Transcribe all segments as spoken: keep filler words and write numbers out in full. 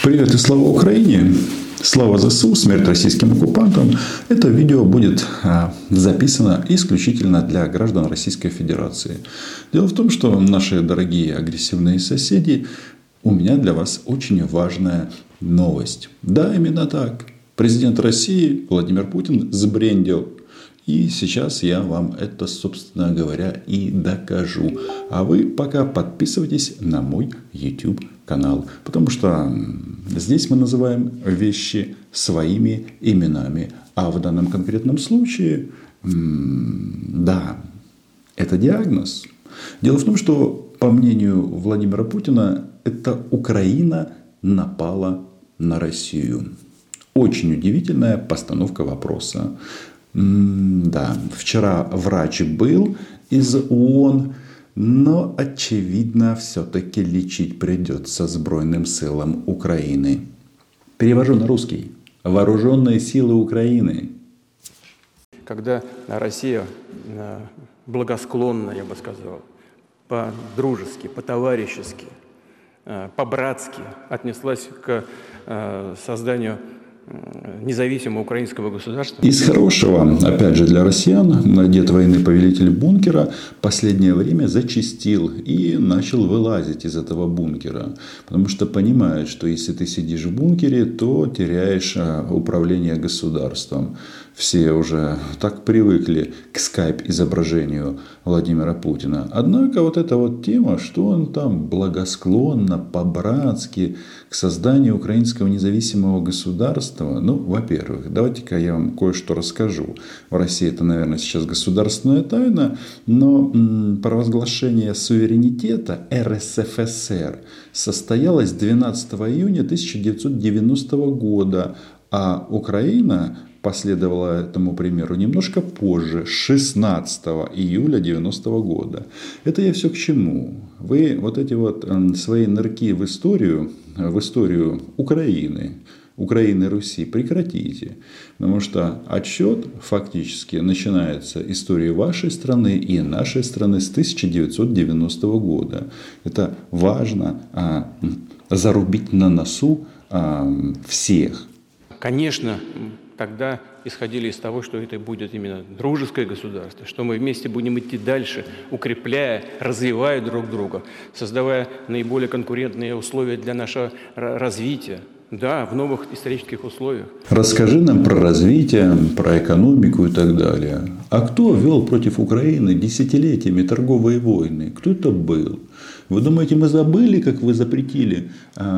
Привет и слава Украине! Слава ЗСУ, смерть российским оккупантам. Это видео будет записано исключительно для граждан Российской Федерации. Дело в том, что наши дорогие агрессивные соседи, у меня для вас очень важная новость. Да, именно так. Президент России Владимир Путин сбрендил. И сейчас я вам это, собственно говоря, и докажу. А вы пока подписывайтесь на мой YouTube канал. Потому что здесь мы называем вещи своими именами. А в данном конкретном случае, да, это диагноз. Дело в том, что, по мнению Владимира Путина, это Украина напала на Россию. Очень удивительная постановка вопроса. Да, вчера врач был из ООН, но, очевидно, все-таки лечить придется Збройным силам Украины. Перевожу на русский. Вооруженные силы Украины. Когда Россия благосклонно, я бы сказал, по-дружески, по-товарищески, по-братски отнеслась к созданию независимого украинского государства. Из хорошего, опять же, для россиян, дед войны, повелитель бункера, последнее время зачастил и начал вылазить из этого бункера. Потому что понимает, что если ты сидишь в бункере, то теряешь управление государством. Все уже так привыкли к скайп-изображению Владимира Путина. Однако вот эта вот тема, что он там благосклонно, по-братски к созданию украинского независимого государства. Ну, во-первых, давайте-ка я вам кое-что расскажу. В России это, наверное, сейчас государственная тайна, но м, провозглашение суверенитета эр эс эф эс эр состоялось двенадцатого июня тысяча девятьсот девяностого года, а Украина последовала этому примеру немножко позже, шестнадцатого июля девяностого года. Это я все к чему? Вы вот эти вот свои нырки в историю, в историю Украины, Украины, Руси прекратите. Потому что отсчет фактически начинается история вашей страны и нашей страны с тысяча девятьсот девяностого года. Это важно а, зарубить на носу а, всех. Конечно, тогда исходили из того, что это будет именно дружеское государство, что мы вместе будем идти дальше, укрепляя, развивая друг друга, создавая наиболее конкурентные условия для нашего развития. Да, в новых исторических условиях. Расскажи нам про развитие, про экономику и так далее. А кто вел против Украины десятилетиями торговые войны? Кто это был? Вы думаете, мы забыли, как вы запретили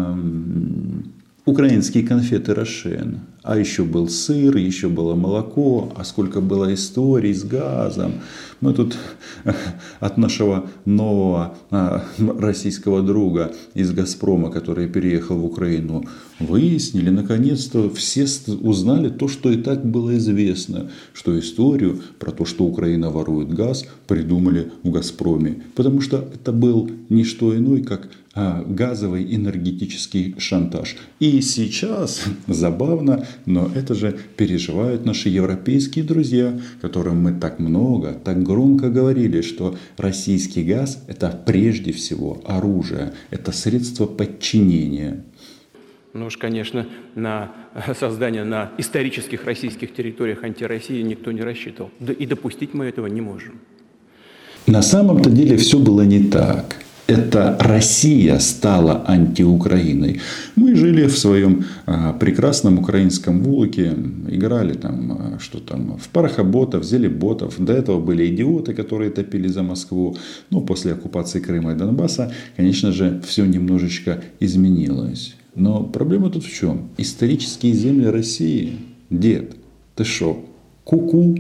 эм, украинские конфеты «Рошен»? А еще был сыр, еще было молоко, а сколько было историй с газом. Мы тут от нашего нового российского друга из «Газпрома», который переехал в Украину, выяснили, наконец-то все узнали то, что и так было известно, что историю про то, что Украина ворует газ, придумали в «Газпроме». Потому что это был не что иное, как газовый энергетический шантаж. И сейчас, забавно, но это же переживают наши европейские друзья, которым мы так много, так громко говорили, что российский газ – это прежде всего оружие, это средство подчинения. Ну уж, конечно, на создание на исторических российских территориях антироссии никто не рассчитывал. Да и допустить мы этого не можем. На самом-то деле все было не так. Это Россия стала антиукраиной. Мы жили в своем а, прекрасном украинском вулике, играли там, а, что там, в парохоботов, взяли ботов. До этого были идиоты, которые топили за Москву. Но после оккупации Крыма и Донбасса, конечно же, все немножечко изменилось. Но проблема тут в чем? Исторические земли России, дед, ты шо, ку-ку?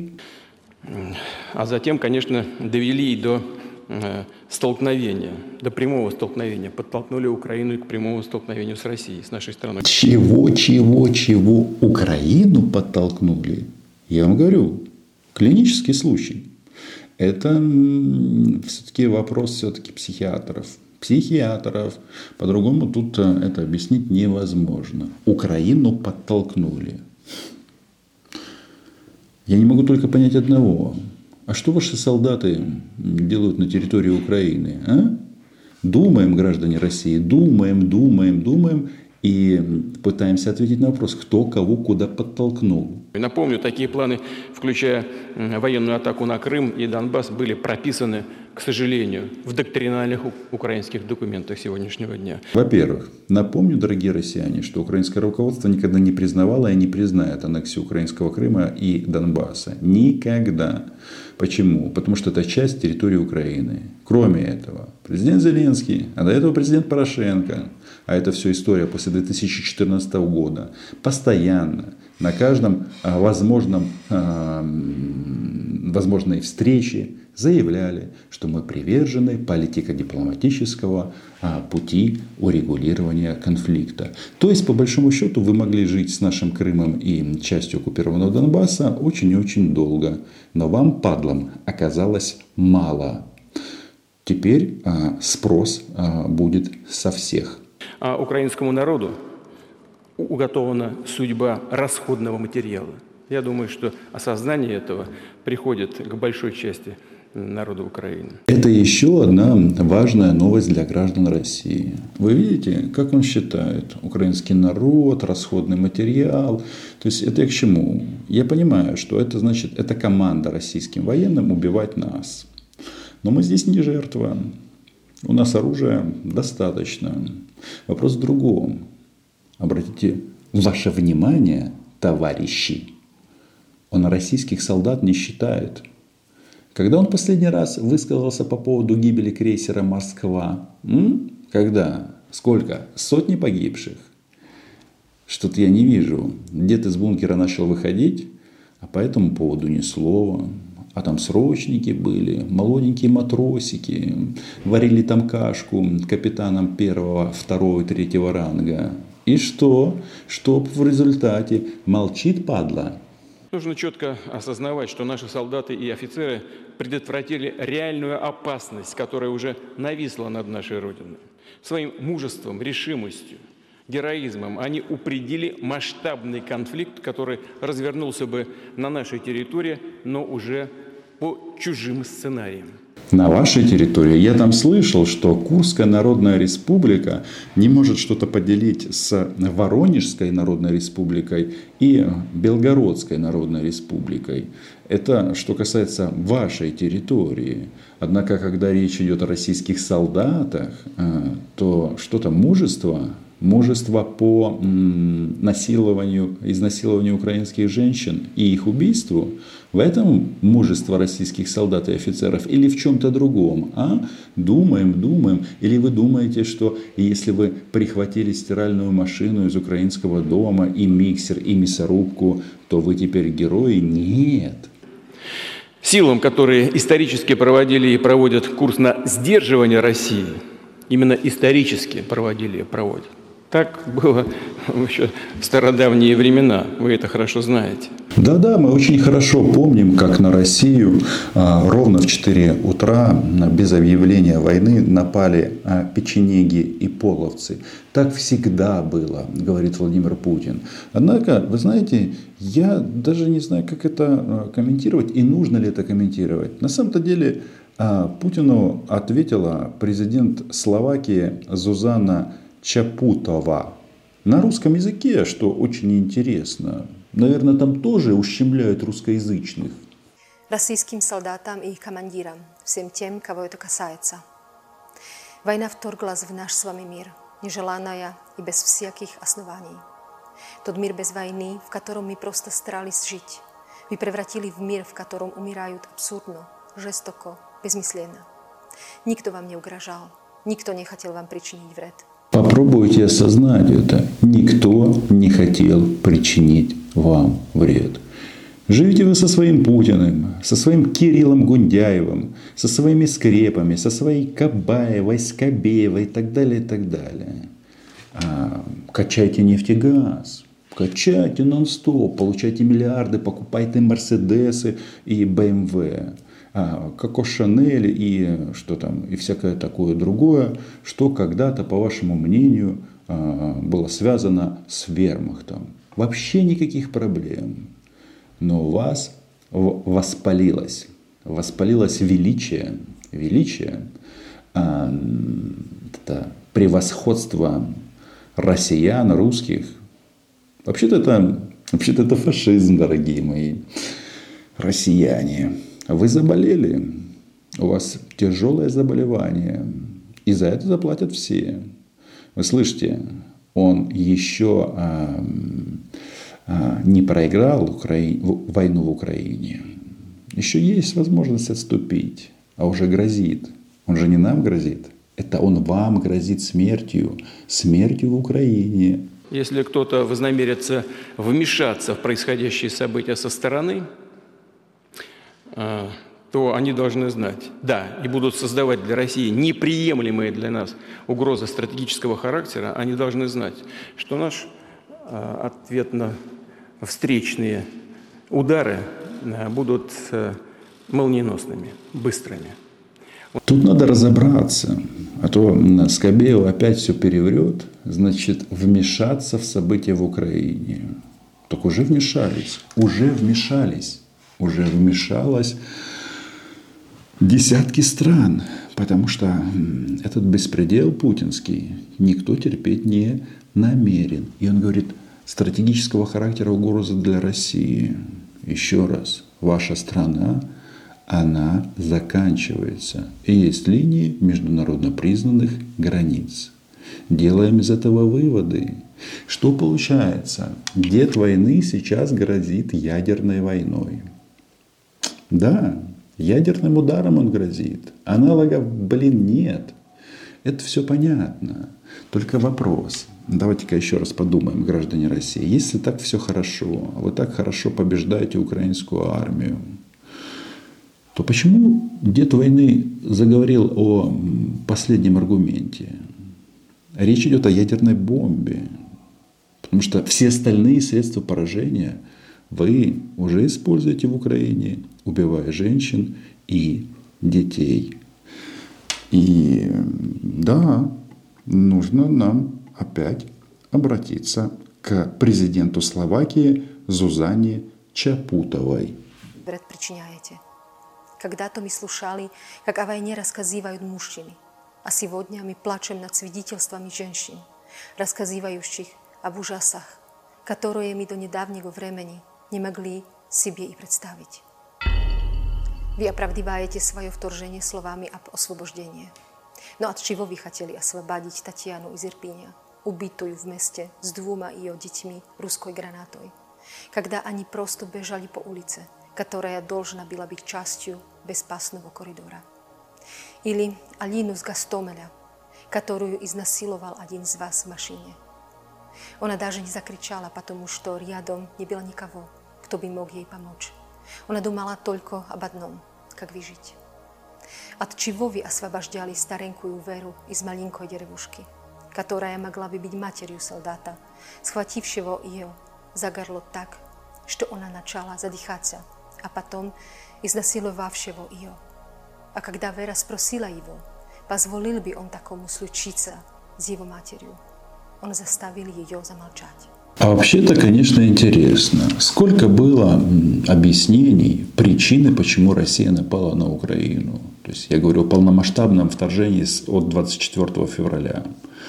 А затем, конечно, довели и до столкновения, до прямого столкновения, подтолкнули Украину к прямому столкновению с Россией, с нашей страной. Чего, чего, чего? Украину подтолкнули? Я вам говорю, клинический случай. Это все-таки вопрос все-таки психиатров. Психиатров. По-другому тут это объяснить невозможно. Украину подтолкнули. Я не могу только понять одного. А что ваши солдаты делают на территории Украины? А? Думаем, граждане России, думаем, думаем, думаем. и пытаемся ответить на вопрос, кто кого куда подтолкнул. Напомню, такие планы, включая военную атаку на Крым и Донбасс, были прописаны, к сожалению, в доктринальных украинских документах сегодняшнего дня. Во-первых, напомню, дорогие россияне, что украинское руководство никогда не признавало и не признает аннексию украинского Крыма и Донбасса. Никогда. Почему? Потому что это часть территории Украины. Кроме этого, президент Зеленский, а до этого президент Порошенко, а это все история после две тысячи четырнадцатого года, постоянно на каждом возможном, возможной встрече заявляли, что мы привержены политико-дипломатического пути урегулирования конфликта. То есть, по большому счету, вы могли жить с нашим Крымом и частью оккупированного Донбасса очень и очень долго. Но вам, падлам, оказалось мало. Теперь спрос будет со всех. А украинскому народу уготована судьба расходного материала. Я думаю, что осознание этого приходит к большой части народа Украины. Это еще одна важная новость для граждан России. Вы видите, как он считает украинский народ, расходный материал. То есть это к чему? Я понимаю, что это значит, это команда российским военным убивать нас. Но мы здесь не жертва. У нас оружия достаточно. Вопрос в другом. Обратите ваше внимание, товарищи, он российских солдат не считает. Когда он последний раз высказался по поводу гибели крейсера «Москва»? М? Когда? Сколько? Сотни погибших? Что-то я не вижу. Дед из бункера начал выходить, а по этому поводу ни слова. А там срочники были, молоденькие матросики, варили там кашку капитанам первого, второго и третьего ранга. И что? Что в результате? Молчит, падла. Нужно четко осознавать, что наши солдаты и офицеры предотвратили реальную опасность, которая уже нависла над нашей Родиной. Своим мужеством, решимостью, героизмом они упредили масштабный конфликт, который развернулся бы на нашей территории, но уже по чужим сценариям. На вашей территории. Я там слышал, что Курская Народная Республика не может что-то поделить с Воронежской Народной Республикой и Белгородской Народной Республикой. Это что касается вашей территории. Однако, когда речь идет о российских солдатах, то что-то мужество, мужество по насилованию, изнасилованию украинских женщин и их убийству, в этом мужество российских солдат и офицеров или в чем-то другом? А? Думаем, думаем. Или вы думаете, что если вы прихватили стиральную машину из украинского дома, и миксер, и мясорубку, то вы теперь герои? Нет. Силам, которые исторически проводили и проводят курс на сдерживание России, именно исторически проводили и проводят. Так было еще в стародавние времена, вы это хорошо знаете. Да-да, мы очень хорошо помним, как на Россию а, ровно в четыре утра без объявления войны напали а, печенеги и половцы. Так всегда было, говорит Владимир Путин. Однако, вы знаете, я даже не знаю, как это комментировать и нужно ли это комментировать. На самом-то деле а, Путину ответила президент Словакии Зузана Чапутова на русском языке, что очень интересно. Наверное, там тоже ущемляют русскоязычных. Российским солдатам и их командирам, всем тем, кого это касается. Война вторглась в наш с вами мир, нежеланная и без всяких оснований. Тот мир без войны, в котором мы просто старались жить, вы превратили в мир, в котором умирают абсурдно, жестоко, безмысленно. Никто вам не угрожал, никто не хотел вам причинить вред. Попробуйте осознать это. Никто не хотел причинить вам вред. Живите вы со своим Путиным, со своим Кириллом Гундяевым, со своими скрепами, со своей Кабаевой, Скобеевой и так далее, и так далее. А, качайте нефтегаз, качайте нон-стоп, получайте миллиарды, покупайте Мерседесы и бэ эм вэ. А, Коко Шанель и что там, и всякое такое другое, что когда-то, по вашему мнению, было связано с вермахтом. Вообще никаких проблем. Но у вас воспалилось, воспалилось величие, величие, это превосходство россиян, русских. Вообще-то это, вообще-то это фашизм, дорогие мои россияне. Вы заболели, у вас тяжелое заболевание, и за это заплатят все. Вы слышите, он еще а, а, не проиграл Укра... войну в Украине. Еще есть возможность отступить, а уже грозит. Он же не нам грозит. Это он вам грозит смертью. Смертью в Украине. Если кто-то вознамерится вмешаться в происходящие события со стороны, то они должны знать, да, и будут создавать для России неприемлемые для нас угрозы стратегического характера, они должны знать, что наш ответ на встречные удары будут молниеносными, быстрыми. Тут надо разобраться, а то Скобеева опять все переврет, значит, вмешаться в события в Украине. Так уже вмешались, уже вмешались, уже вмешалось десятки стран, потому что этот беспредел путинский никто терпеть не намерен. И он говорит, стратегического характера угрозы для России. Еще раз, ваша страна, она заканчивается. И есть линии международно признанных границ. Делаем из этого выводы. Что получается? Дед войны сейчас грозит ядерной войной. Да, ядерным ударом он грозит. Аналогов, блин, нет. Это все понятно. Только вопрос. Давайте-ка еще раз подумаем, граждане России. Если так все хорошо, вы так хорошо побеждаете украинскую армию, то почему дед войны заговорил о последнем аргументе? Речь идет о ядерной бомбе. Потому что все остальные средства поражения вы уже используете в Украине, убивая женщин и детей. И да, нужно нам опять обратиться к президенту Словакии Зузане Чапутовой. Предпричиняете. Когда-то мы слушали, как о войне рассказывают мужчины, а сегодня мы плачем над свидетельствами женщин, рассказывающих об ужасах, которые мы до недавнего времени не могли себе и представить. Вы оправдываете свое вторжение словами об освобождении. Но от чего вы хотели освободить Татьяну из Ирпиня, убитую вместе с двумя ее детьми русской гранатой, когда они просто бежали по улице, которая должна была быть частью безопасного коридора? Или Алину с Гастомеля, которую изнасиловал один из вас в машине. Она даже не закричала, потому что рядом не было никого, кто бы мог ей помочь. Она думала только об одном – как выжить. От чего вы освобождали старенькую Веру из маленькой деревушки, которая могла бы быть матерью солдата, схватившего ее за горло так, что она начала задыхаться, а потом изнасиловавшего ее. А когда Вера спросила его, позволил бы он такому случиться с его матерью, он заставил ее замолчать. А вообще-то, конечно, интересно, сколько было объяснений, причины, почему Россия напала на Украину. То есть я говорю о полномасштабном вторжении от двадцать четвёртого февраля,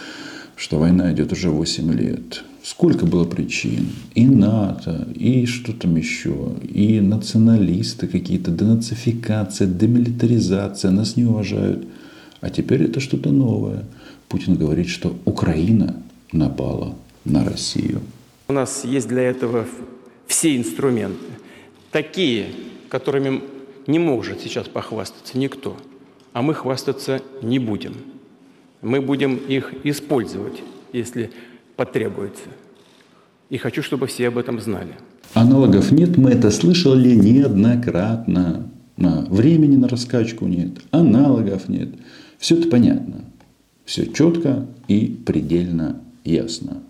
что война идет уже восемь лет. Сколько было причин? И НАТО, и что там еще, и националисты какие-то, денацификация, демилитаризация, нас не уважают. А теперь это что-то новое. Путин говорит, что Украина напала на Россию. У нас есть для этого все инструменты, такие, которыми не может сейчас похвастаться никто, а мы хвастаться не будем. Мы будем их использовать, если потребуется. И хочу, чтобы все об этом знали. Аналогов нет, мы это слышали неоднократно. Времени на раскачку нет, аналогов нет. Все это понятно. Все четко и предельно ясно.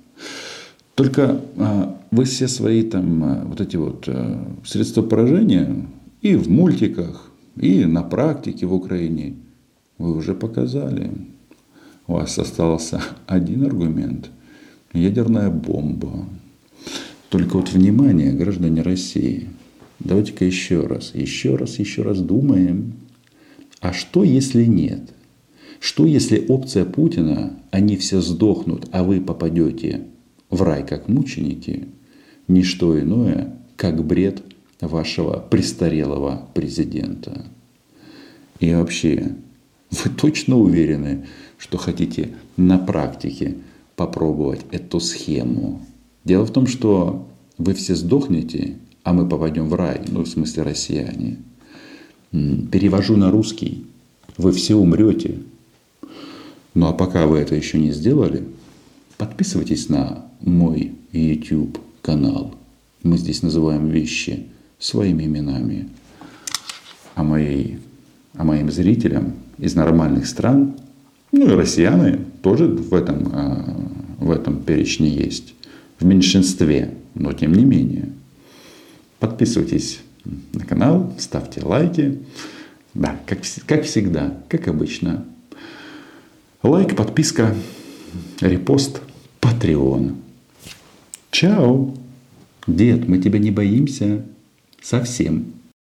Только а, вы все свои там а, вот эти вот а, средства поражения и в мультиках, и на практике в Украине вы уже показали. У вас остался один аргумент – ядерная бомба. Только вот внимание, граждане России, давайте-ка еще раз, еще раз, еще раз думаем. А что, если нет? Что если опция Путина, они все сдохнут, а вы попадете в рай как мученики, не что иное, как бред вашего престарелого президента. И вообще, вы точно уверены, что хотите на практике попробовать эту схему? Дело в том, что вы все сдохнете, а мы попадем в рай, ну, в смысле россияне. Перевожу на русский. Вы все умрете. Ну, а пока вы это еще не сделали, подписывайтесь на мой YouTube канал. Мы здесь называем вещи своими именами. А, мои, а моим зрителям из нормальных стран, ну и россияне тоже в этом, в этом перечне есть. В меньшинстве, но тем не менее. Подписывайтесь на канал, ставьте лайки. Да, как, как всегда, как обычно. Лайк, подписка, репост, Patreon. Чао! Дед, мы тебя не боимся. Совсем.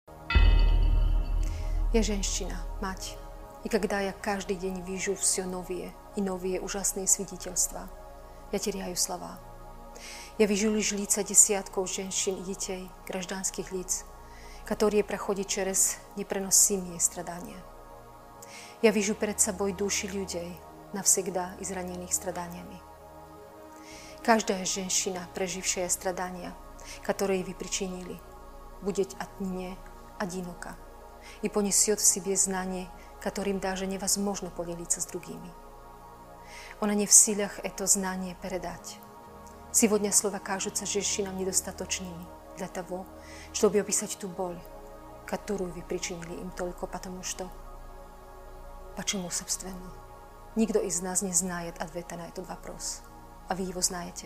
Я женщина, мать. И когда я каждый день вижу все новые и новые ужасные свидетельства, я теряю слова. Я вижу лишь лица десятков женщин и детей, гражданских лиц, которые проходят через непреносимые страдания. Я вижу перед собой души людей, навсегда израненных страданиями. Каждая женщина, прожившая страдания, которые вы причинили, будет отныне одинока и понесет в себе знание, которым даже невозможно поделиться с другими. Она не в силах это знание передать. Сегодня слова кажутся женщинам недостаточными для того, чтобы описать ту боль, которую вы причинили им только потому, что... Почему, собственно? Никто из нас не знает ответа на этот вопрос, а вы его знаете.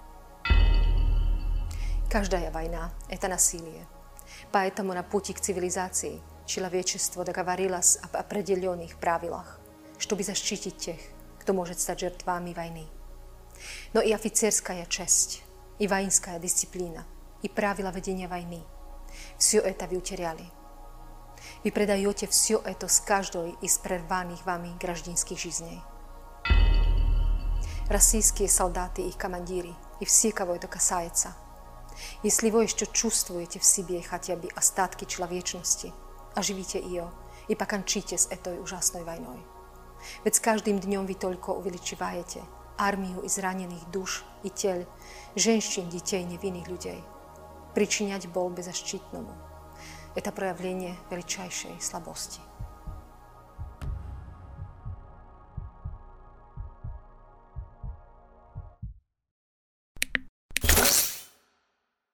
Каждая война – это насилие. Поэтому на пути к цивилизации человечество договорилось об определенных правилах, чтобы защитить тех, кто может стать жертвами войны. Но и офицерская честь, и воинская дисциплина, и правила ведения войны – все это вы утеряли. Вы предаете все это с каждой из прерванных вами гражданских жизней. Российские солдаты и их командиры, и все, кого это касается, если вы еще чувствуете в себе хотя бы остатки человечности, оживите ее и покончите с этой ужасной войной. Ведь с каждым днем вы только увеличиваете армию израненных душ и тел, женщин, детей, невинных людей. Причинять боль беззащитному – это проявление величайшей слабости.